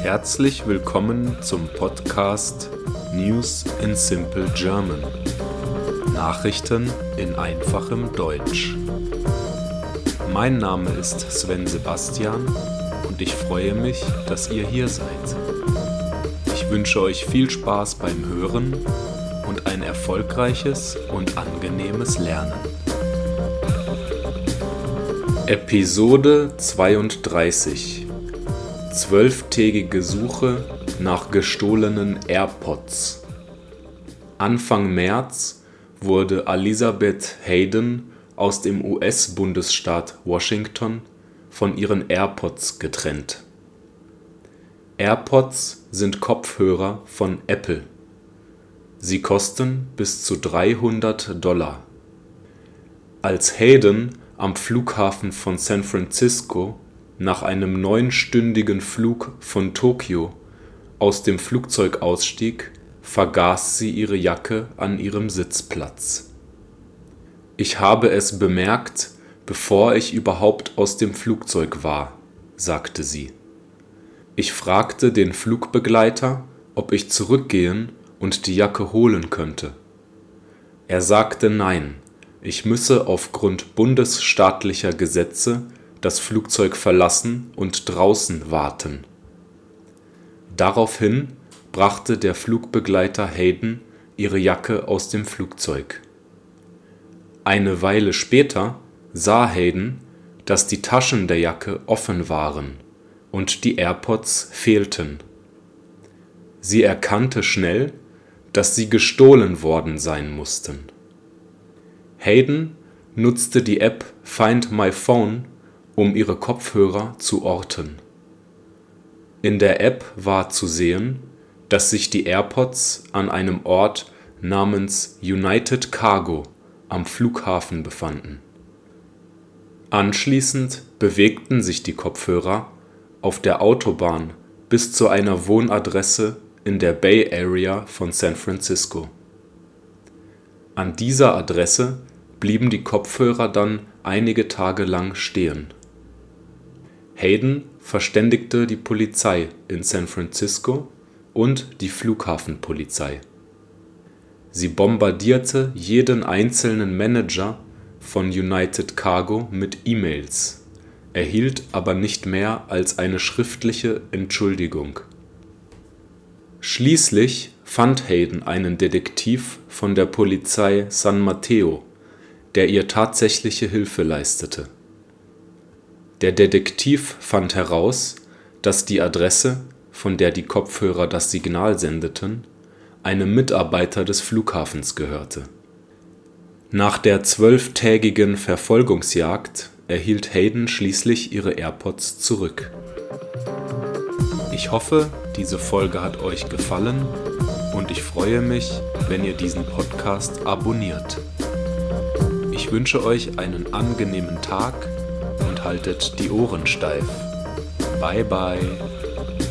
Herzlich willkommen zum Podcast News in Simple German. Nachrichten in einfachem Deutsch. Mein Name ist Sven Sebastian und ich freue mich, dass ihr hier seid. Ich wünsche euch viel Spaß beim Hören und ein erfolgreiches und angenehmes Lernen. Episode 32: 12-tägige Suche nach gestohlenen AirPods. Anfang März wurde Elizabeth Hayden aus dem US-Bundesstaat Washington von ihren AirPods getrennt. AirPods sind Kopfhörer von Apple. Sie kosten bis zu $300. Als Hayden am Flughafen von San Francisco nach einem 9-stündigen Flug von Tokio aus dem Flugzeug ausstieg, vergaß sie ihre Jacke an ihrem Sitzplatz. Ich habe es bemerkt, bevor ich überhaupt aus dem Flugzeug war, sagte sie. Ich fragte den Flugbegleiter, ob ich zurückgehen und die Jacke holen könnte. Er sagte nein, ich müsse aufgrund bundesstaatlicher Gesetze das Flugzeug verlassen und draußen warten. Daraufhin brachte der Flugbegleiter Hayden ihre Jacke aus dem Flugzeug. Eine Weile später sah Hayden, dass die Taschen der Jacke offen waren und die AirPods fehlten. Sie erkannte schnell, dass sie gestohlen worden sein mussten. Hayden nutzte die App Find My Phone, um ihre Kopfhörer zu orten. In der App war zu sehen, dass sich die AirPods an einem Ort namens United Cargo am Flughafen befanden. Anschließend bewegten sich die Kopfhörer auf der Autobahn bis zu einer Wohnadresse in der Bay Area von San Francisco. An dieser Adresse blieben die Kopfhörer dann einige Tage lang stehen. Hayden verständigte die Polizei in San Francisco und die Flughafenpolizei. Sie bombardierte jeden einzelnen Manager von United Cargo mit E-Mails, erhielt aber nicht mehr als eine schriftliche Entschuldigung. Schließlich fand Hayden einen Detektiv von der Polizei San Mateo, der ihr tatsächliche Hilfe leistete. Der Detektiv fand heraus, dass die Adresse, von der die Kopfhörer das Signal sendeten, einem Mitarbeiter des Flughafens gehörte. Nach der 12-tägigen Verfolgungsjagd erhielt Hayden schließlich ihre AirPods zurück. Ich hoffe, diese Folge hat euch gefallen und ich freue mich, wenn ihr diesen Podcast abonniert. Ich wünsche euch einen angenehmen Tag und haltet die Ohren steif. Bye bye.